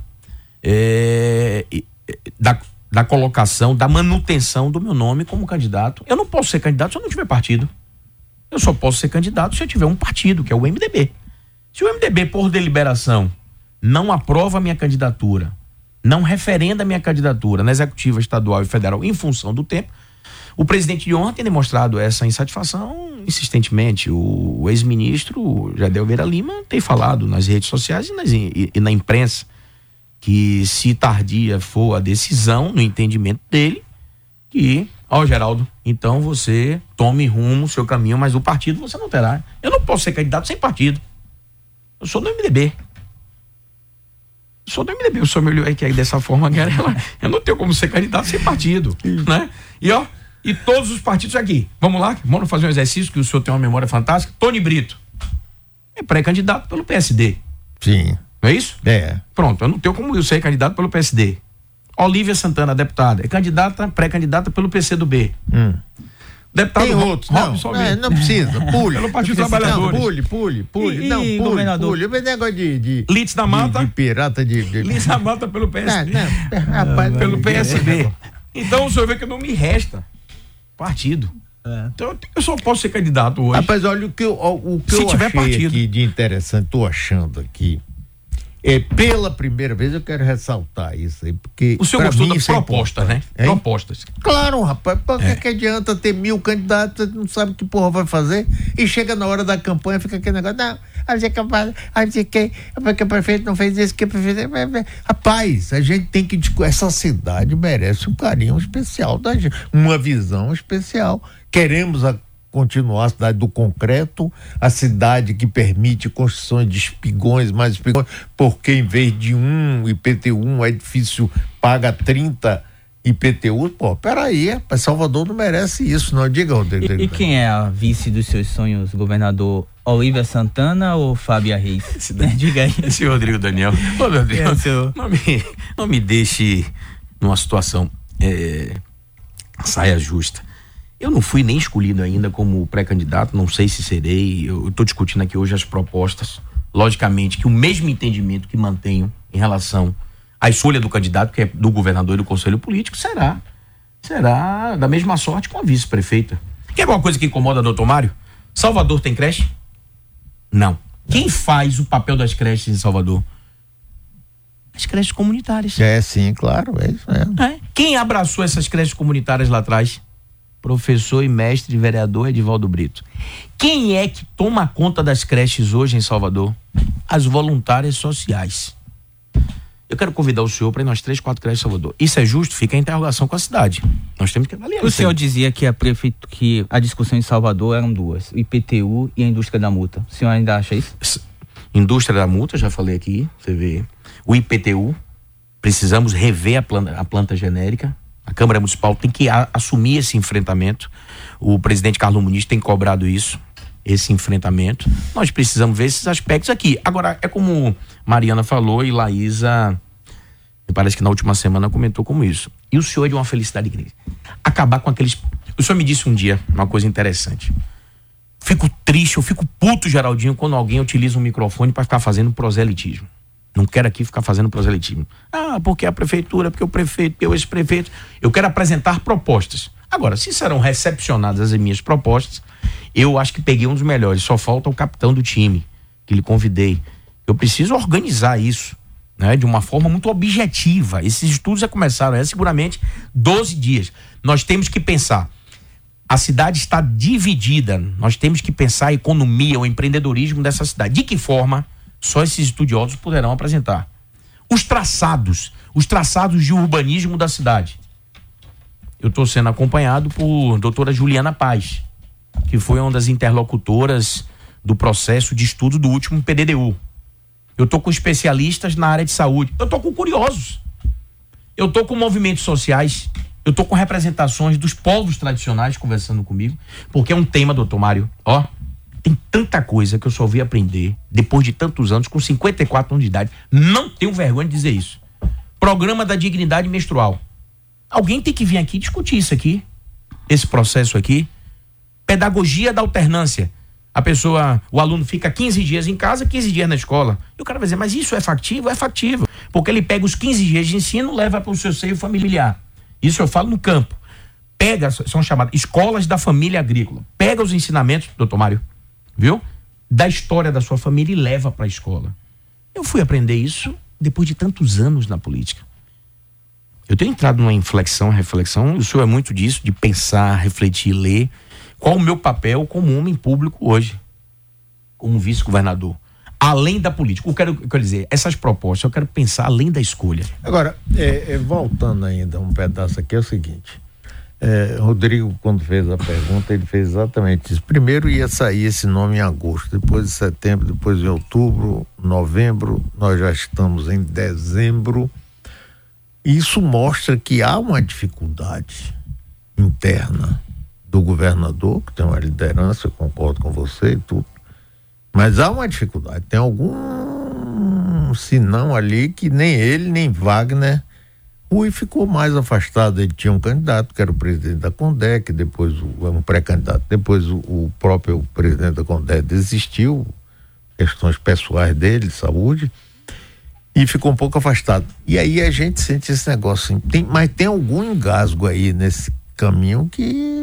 é, da, da colocação, da manutenção do meu nome como candidato. Eu não posso ser candidato se eu não tiver partido. Eu só posso ser candidato se eu tiver um partido, que é o M D B. Se o M D B, por deliberação, não aprova a minha candidatura, não referenda a minha candidatura na executiva estadual e federal em função do tempo, o presidente de honra tem demonstrado essa insatisfação insistentemente. O, o ex-ministro Jadel Vieira Lima tem falado nas redes sociais e, nas, e, e na imprensa que, se tardia for a decisão, no entendimento dele, que, ó, Geraldo, então você tome rumo, seu caminho, mas o partido você não terá. Eu não posso ser candidato sem partido. Eu sou do M D B. Eu sou do M D B. Eu sou meu que é dessa forma, Garela. Eu não tenho como ser candidato sem partido, né? E ó, e todos os partidos aqui. Vamos lá, vamos fazer um exercício que o senhor tem uma memória fantástica. Tony Brito é pré-candidato pelo P S D. Sim. Não é isso? É. Pronto, eu não tenho como eu ser candidato pelo P S D. Olívia Santana, deputada, é candidata, pré-candidata pelo P C do B. Hum. Deputado tem outros, não, não, é, não precisa, pule. Pelo Partido dos Trabalhadores. Pule, pule, pule. E, não, e pule, governador? pule. O negócio de... de Litz da Mata. De, de pirata, de... de... Litz da Mata pelo P S D. Não, não, rapaz, pelo P S B. Então o senhor vê que não me resta partido. É. Então eu só posso ser candidato hoje. Rapaz, olha, o que eu, o que Se eu tiver achei partido. aqui de interessante, tô achando aqui, é, pela primeira vez eu quero ressaltar isso aí, porque... O senhor pra gostou mim das isso é propostas, né? Hein? Propostas. Claro, rapaz, por que, É. que adianta ter mil candidatos, não sabe que porra vai fazer, e chega na hora da campanha, fica aquele negócio, não, a gente capaz, a gente quer, porque o prefeito não fez isso, que o prefeito... Rapaz, a gente tem que discutir, essa cidade merece um carinho especial da gente, uma visão especial. Queremos a continuar a cidade do concreto, a cidade que permite construções de espigões, mais espigões, porque em vez de um I P T U, um edifício paga trinta I P T U, pô, peraí, rapaz, Salvador não merece isso, não, diga, Rodrigo. E, e quem é a vice dos seus sonhos, governador? Olívia Santana ou Fábia Reis? Diga aí. Esse Rodrigo Daniel. Ô, meu Deus, É, seu... não, me, não me deixe numa situação é, saia justa. Eu não fui nem escolhido ainda como pré-candidato, não sei se serei. Eu estou discutindo aqui hoje as propostas. Logicamente que o mesmo entendimento que mantenho em relação à escolha do candidato, que é do governador e do conselho político, será, será da mesma sorte com a vice-prefeita. Quer alguma coisa que incomoda, doutor Mário? Salvador tem creche? Não. Quem faz o papel das creches em Salvador? As creches comunitárias. É, sim, claro, é isso mesmo. É. Quem abraçou essas creches comunitárias lá atrás? Professor e mestre vereador Edivaldo Brito. Quem é que toma conta das creches hoje em Salvador? As voluntárias sociais. Eu quero convidar o senhor para ir nas três, quatro creches em Salvador. Isso é justo? Fica a interrogação com a cidade. Nós temos que avaliar. O senhor dizia que a prefeito, que a discussão em Salvador eram duas, o I P T U e a indústria da multa. O senhor ainda acha isso? Indústria da multa, já falei aqui, você vê. O I P T U, precisamos rever a planta, a planta genérica. A Câmara Municipal tem que a, assumir esse enfrentamento. O presidente Carlos Muniz tem cobrado isso, esse enfrentamento. Nós precisamos ver esses aspectos aqui. Agora, é como Mariana falou e Laísa, me parece que na última semana comentou como isso. E o senhor é de uma felicidade grande. Acabar com aqueles... O senhor me disse um dia uma coisa interessante. Fico triste, eu fico puto, Geraldinho, quando alguém utiliza um microfone para ficar fazendo proselitismo. Não quero aqui ficar fazendo proselitismo. Ah, porque a prefeitura, porque o prefeito, porque o ex-prefeito. Eu quero apresentar propostas. Agora, se serão recepcionadas as minhas propostas, eu acho que peguei um dos melhores. Só falta o capitão do time, que lhe convidei. Eu preciso organizar isso, né, de uma forma muito objetiva. Esses estudos já começaram, é seguramente doze dias. Nós temos que pensar. A cidade está dividida. Nós temos que pensar a economia, o empreendedorismo dessa cidade. De que forma só esses estudiosos poderão apresentar? Os traçados, os traçados de urbanismo da cidade. Eu estou sendo acompanhado por doutora Juliana Paz, que foi uma das interlocutoras do processo de estudo do último P D D U. Eu estou com especialistas na área de saúde. Eu estou com curiosos. Eu estou com movimentos sociais. Eu estou com representações dos povos tradicionais conversando comigo, porque é um tema, doutor Mário, ó, tem tanta coisa que eu só vi aprender depois de tantos anos, com cinquenta e quatro anos de idade. Não tenho vergonha de dizer isso. Programa da dignidade menstrual. Alguém tem que vir aqui discutir isso aqui, esse processo aqui. Pedagogia da alternância. A pessoa, o aluno fica quinze dias em casa, quinze dias na escola. E o cara vai dizer, mas isso é factível? É factível. Porque ele pega os quinze dias de ensino e leva para o seu seio familiar. Isso eu falo no campo. Pega, são chamadas escolas da família agrícola. Pega os ensinamentos, doutor Mário, viu? Da história da sua família e leva para a escola. Eu fui aprender isso depois de tantos anos na política. Eu tenho entrado numa inflexão, reflexão, o senhor é muito disso, de pensar, refletir, ler. Qual o meu papel como homem público hoje? Como vice-governador? Além da política. Eu quero, eu quero dizer, essas propostas, eu quero pensar além da escolha. Agora, é, é, voltando ainda um pedaço aqui, é o seguinte. É, Rodrigo, quando fez a pergunta, ele fez exatamente isso. Primeiro ia sair esse nome em agosto, depois em setembro, depois em outubro, novembro, nós já estamos em dezembro. Isso mostra que há uma dificuldade interna do governador, que tem uma liderança, eu concordo com você e tudo, mas há uma dificuldade. Tem algum sinão ali que nem ele, nem Wagner. Rui ficou mais afastado. Ele tinha um candidato que era o presidente da Condec, depois o, um pré-candidato, depois o, o próprio presidente da Condec desistiu, questões pessoais dele, saúde, e ficou um pouco afastado. E aí a gente sente esse negócio assim, tem, mas tem algum engasgo aí nesse caminho que...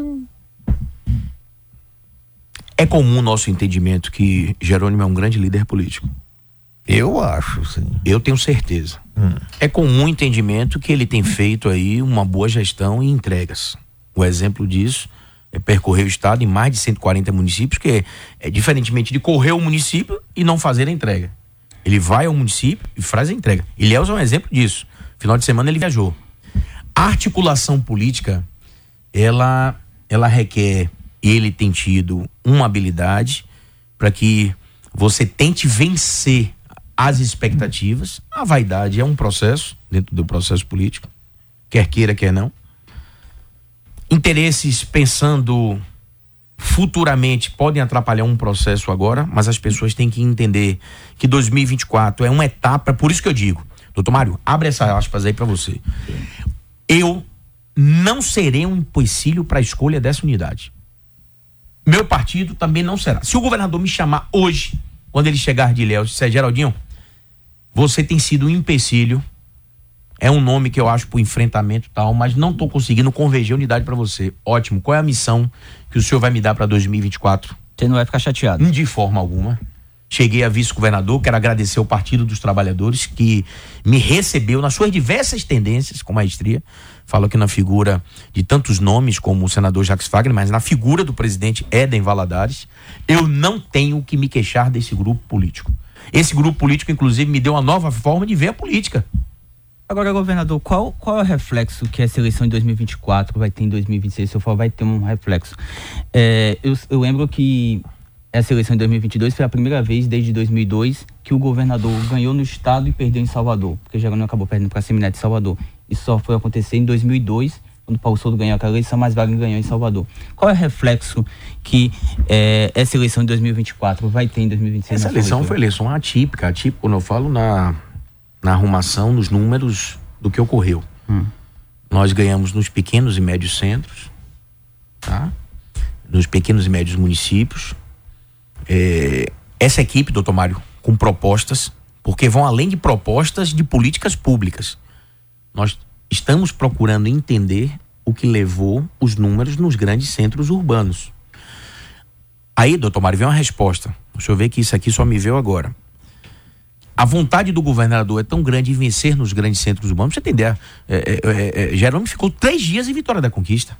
É comum o nosso entendimento que Jerônimo é um grande líder político. Eu acho, sim. Eu tenho certeza. Hum. É comum o entendimento que ele tem feito aí uma boa gestão e entregas. O exemplo disso é percorrer o estado em mais de cento e quarenta municípios, que é, é diferentemente de correr o município e não fazer a entrega. Ele vai ao município e faz a entrega. Ilhéus é um exemplo disso. Final de semana ele viajou. A articulação política, ela, ela requer, ele tem tido uma habilidade para que você tente vencer as expectativas. A vaidade é um processo dentro do processo político, quer queira, quer não. Interesses pensando futuramente podem atrapalhar um processo agora, mas as pessoas têm que entender que dois mil e vinte e quatro é uma etapa, por isso que eu digo, doutor Mário, abre essa aspas aí para você. Eu não serei um empecilho para a escolha dessa unidade. Meu partido também não será. Se o governador me chamar hoje, quando ele chegar de Ilhéus, disser, Geraldinho, você tem sido um empecilho, é um nome que eu acho pro enfrentamento e tal, mas não tô conseguindo converger unidade para você. Ótimo. Qual é a missão que o senhor vai me dar para dois mil e vinte e quatro? Você não vai ficar chateado. De forma alguma. Cheguei a vice-governador, quero agradecer ao Partido dos Trabalhadores que me recebeu nas suas diversas tendências com maestria. Falo aqui na figura de tantos nomes como o senador Jacques Wagner, mas na figura do presidente Éden Valadares. Eu não tenho que me queixar desse grupo político. Esse grupo político, inclusive, me deu uma nova forma de ver a política. Agora, governador, qual, qual é o reflexo que essa eleição de dois mil e vinte e quatro vai ter em dois mil e vinte e seis? Se eu for, vai ter um reflexo. É, eu, eu lembro que essa eleição de dois mil e vinte e dois foi a primeira vez desde dois mil e dois que o governador ganhou no estado e perdeu em Salvador, porque Jerônimo acabou perdendo para a Semineto de Salvador. Isso só foi acontecer em dois mil e dois, quando Paulo Souto ganhou aquela eleição, mas Wagner ganhou em Salvador. Qual é o reflexo que é, essa eleição de dois mil e vinte e quatro vai ter em dois mil e vinte e seis? Essa eleição foi eleição atípica, atípica quando eu falo na, na arrumação, nos números do que ocorreu. Hum. Nós ganhamos nos pequenos e médios centros, tá? Nos pequenos e médios municípios. É, essa equipe, doutor Mário, com propostas, porque vão além de propostas de políticas públicas. Nós estamos procurando entender o que levou os números nos grandes centros urbanos. Aí, doutor Mário, vem uma resposta. Deixa eu ver que isso aqui só me veio agora. A vontade do governador é tão grande em vencer nos grandes centros urbanos. Pra você entender, é, é, é, Jerônimo ficou três dias em Vitória da Conquista,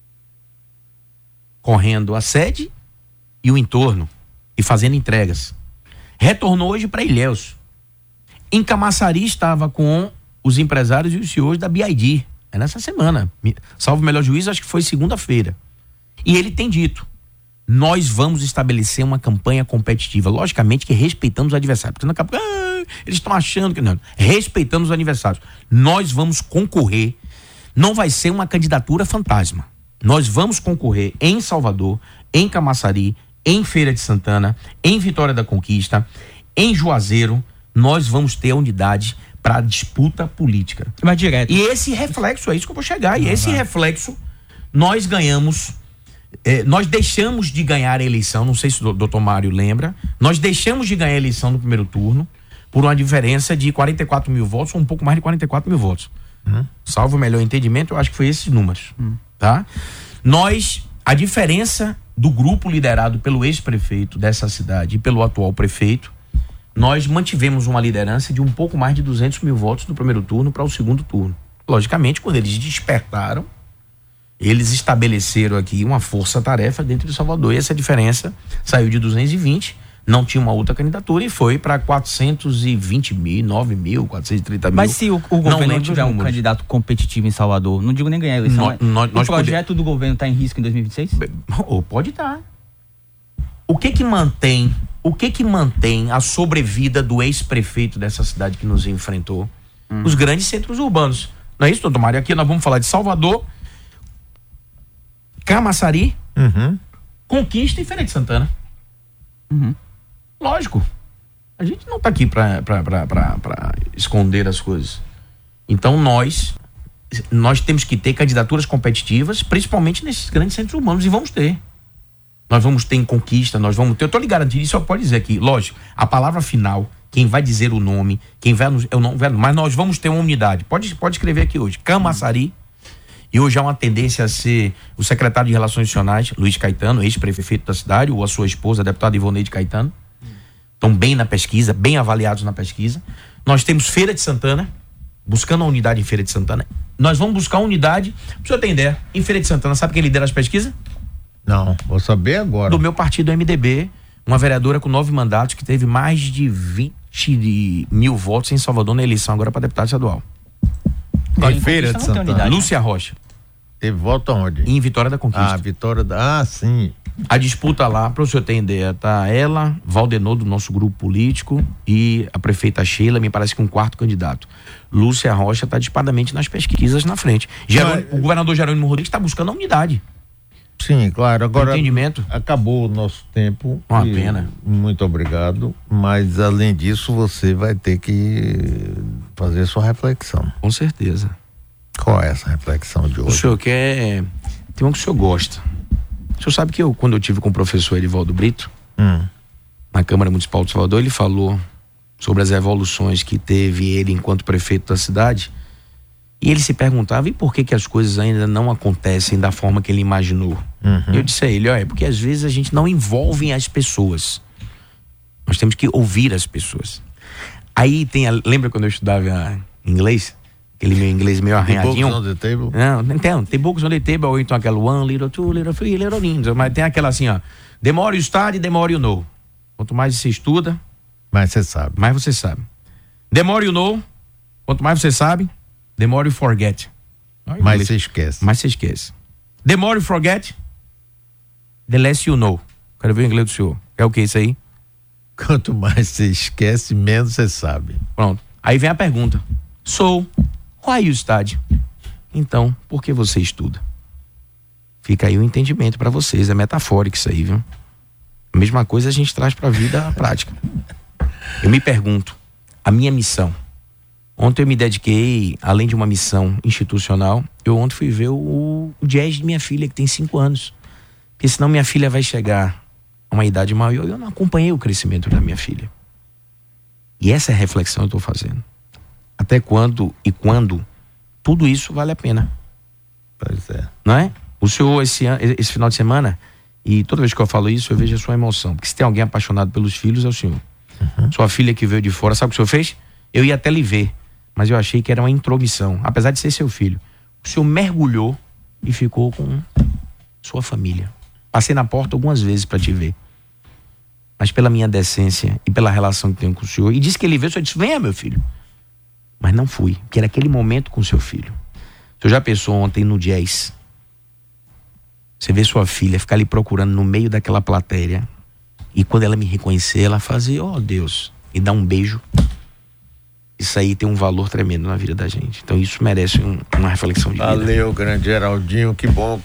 correndo a sede e o entorno e fazendo entregas. Retornou hoje para Ilhéus. Em Camaçari estava com os empresários e os C E Os da B I D. É nessa semana. Salvo o melhor juízo, acho que foi segunda-feira. E ele tem dito: nós vamos estabelecer uma campanha competitiva. Logicamente que respeitando os adversários. Porque daqui a pouco, ah, eles estão achando que não. Respeitando os adversários. Nós vamos concorrer. Não vai ser uma candidatura fantasma. Nós vamos concorrer em Salvador, em Camaçari, em Feira de Santana, em Vitória da Conquista, em Juazeiro. Nós vamos ter a unidade para disputa política. Mas direto. E esse reflexo, é isso que eu vou chegar. E uhum. esse reflexo, nós ganhamos, eh, nós deixamos de ganhar a eleição, não sei se o doutor Mário lembra, nós deixamos de ganhar a eleição no primeiro turno por uma diferença de quarenta e quatro mil votos, ou um pouco mais de quarenta e quatro mil votos. Uhum. Salvo o melhor entendimento, eu acho que foi esses números. Uhum. Tá? Nós, a diferença do grupo liderado pelo ex-prefeito dessa cidade e pelo atual prefeito, nós mantivemos uma liderança de um pouco mais de duzentos mil votos do primeiro turno para o segundo turno. Logicamente, quando eles despertaram, eles estabeleceram aqui uma força-tarefa dentro de Salvador, e essa diferença saiu de duzentos e vinte, não tinha uma outra candidatura, e foi para quatrocentos e vinte mil, nove mil, quatrocentos e trinta mil. Mas se o, o governo tiver um candidato competitivo em Salvador, não digo nem ganhar a eleição, nós, nós, o nós projeto pode... do governo está em risco em dois mil e vinte e seis? Ou pode estar. O que que mantém, o que que mantém a sobrevida do ex-prefeito dessa cidade que nos enfrentou? Hum. Os grandes centros urbanos. Não é isso, doutor Mário? Aqui nós vamos falar de Salvador, Camaçari, uhum. Conquista e Feira de Santana. Uhum. Lógico. A gente não está aqui para esconder as coisas. Então nós, nós temos que ter candidaturas competitivas, principalmente nesses grandes centros urbanos, e vamos ter. Nós vamos ter em Conquista, nós vamos ter, eu estou lhe garantindo, isso só pode dizer aqui, lógico, a palavra final, quem vai dizer o nome, quem vai, eu não, mas nós vamos ter uma unidade, pode, pode escrever aqui hoje, Camaçari, e hoje há uma tendência a ser o secretário de Relações Institucionais, Luiz Caetano, ex-prefeito da cidade, ou a sua esposa, a deputada Ivoneide Caetano, estão bem na pesquisa, bem avaliados na pesquisa. Nós temos Feira de Santana, buscando a unidade em Feira de Santana, nós vamos buscar uma unidade, para o senhor ter ideia, em Feira de Santana, sabe quem lidera as pesquisas? Não, vou saber agora. Do meu partido M D B, uma vereadora com nove mandatos que teve mais de vinte mil votos em Salvador na eleição agora para deputado estadual. Em Feira de Santana. Unidade, Lúcia Rocha. Teve voto aonde? Em Vitória da Conquista. Ah, Vitória da... Ah, sim. A disputa lá, para o senhor ter ideia, tá ela, Valdenor do nosso grupo político e a prefeita Sheila, me parece que um quarto candidato. Lúcia Rocha está disparadamente nas pesquisas na frente. Jerônimo, Mas... O governador Jerônimo Rodrigues está buscando a unidade. Sim, claro. Agora, entendimento. Acabou o nosso tempo. Uma pena. Muito obrigado. Mas, além disso, você vai ter que fazer sua reflexão. Com certeza. Qual é essa reflexão de hoje? O senhor quer... Tem um que o senhor gosta. O senhor sabe que eu, quando eu tive com o professor Edivaldo Brito, hum. na Câmara Municipal de Salvador, ele falou sobre as evoluções que teve ele enquanto prefeito da cidade. E ele se perguntava, e por que que as coisas ainda não acontecem da forma que ele imaginou? Uhum. Eu disse a ele, olha, é porque às vezes a gente não envolve as pessoas. Nós temos que ouvir as pessoas. Aí tem, a, lembra quando eu estudava inglês? Aquele meu inglês meio arranhadinho. Tem books on the table? Não, não tem, tem books on the table, ou então aquela one, little, two, little, three, little ninja. Mas tem aquela assim, ó, the more you study, the more you know. Quanto mais você estuda, mais você sabe. Mais você sabe. The more you know, quanto mais você sabe, the more you forget. Mas você esquece. Mas você esquece. The more you forget, the less you know. Quero ver o inglês do senhor. É o que isso aí? Quanto mais você esquece, menos você sabe. Pronto. Aí vem a pergunta. Sou. Why you study? Então, por que você estuda? Fica aí o entendimento para vocês. É metafórico isso aí, viu? A mesma coisa a gente traz para a vida prática. Eu me pergunto, a minha missão. Ontem eu me dediquei, além de uma missão institucional, eu ontem fui ver o, o jazz de minha filha, que tem cinco anos. Porque senão minha filha vai chegar a uma idade maior e eu não acompanhei o crescimento da minha filha. E essa é a reflexão que eu estou fazendo. Até quando e quando tudo isso vale a pena. Pois é. Não é? O senhor, esse, an- esse final de semana, e toda vez que eu falo isso, eu vejo a sua emoção. Porque se tem alguém apaixonado pelos filhos, é o senhor. Uhum. Sua filha que veio de fora, sabe o que o senhor fez? Eu ia até lhe ver, mas eu achei que era uma intromissão, apesar de ser seu filho. O senhor mergulhou e ficou com sua família. Passei na porta algumas vezes para te ver. Mas pela minha decência e pela relação que tenho com o senhor, e disse que ele veio, o senhor disse, venha meu filho. Mas não fui, porque era aquele momento com o seu filho. O senhor já pensou ontem no jazz? Você vê sua filha ficar ali procurando no meio daquela plateia, e quando ela me reconhecer, ela fazer, ó oh, Deus, e dar um beijo. Isso aí tem um valor tremendo na vida da gente. Então isso merece um, uma reflexão de vida. Valeu, grande Geraldinho, que bom.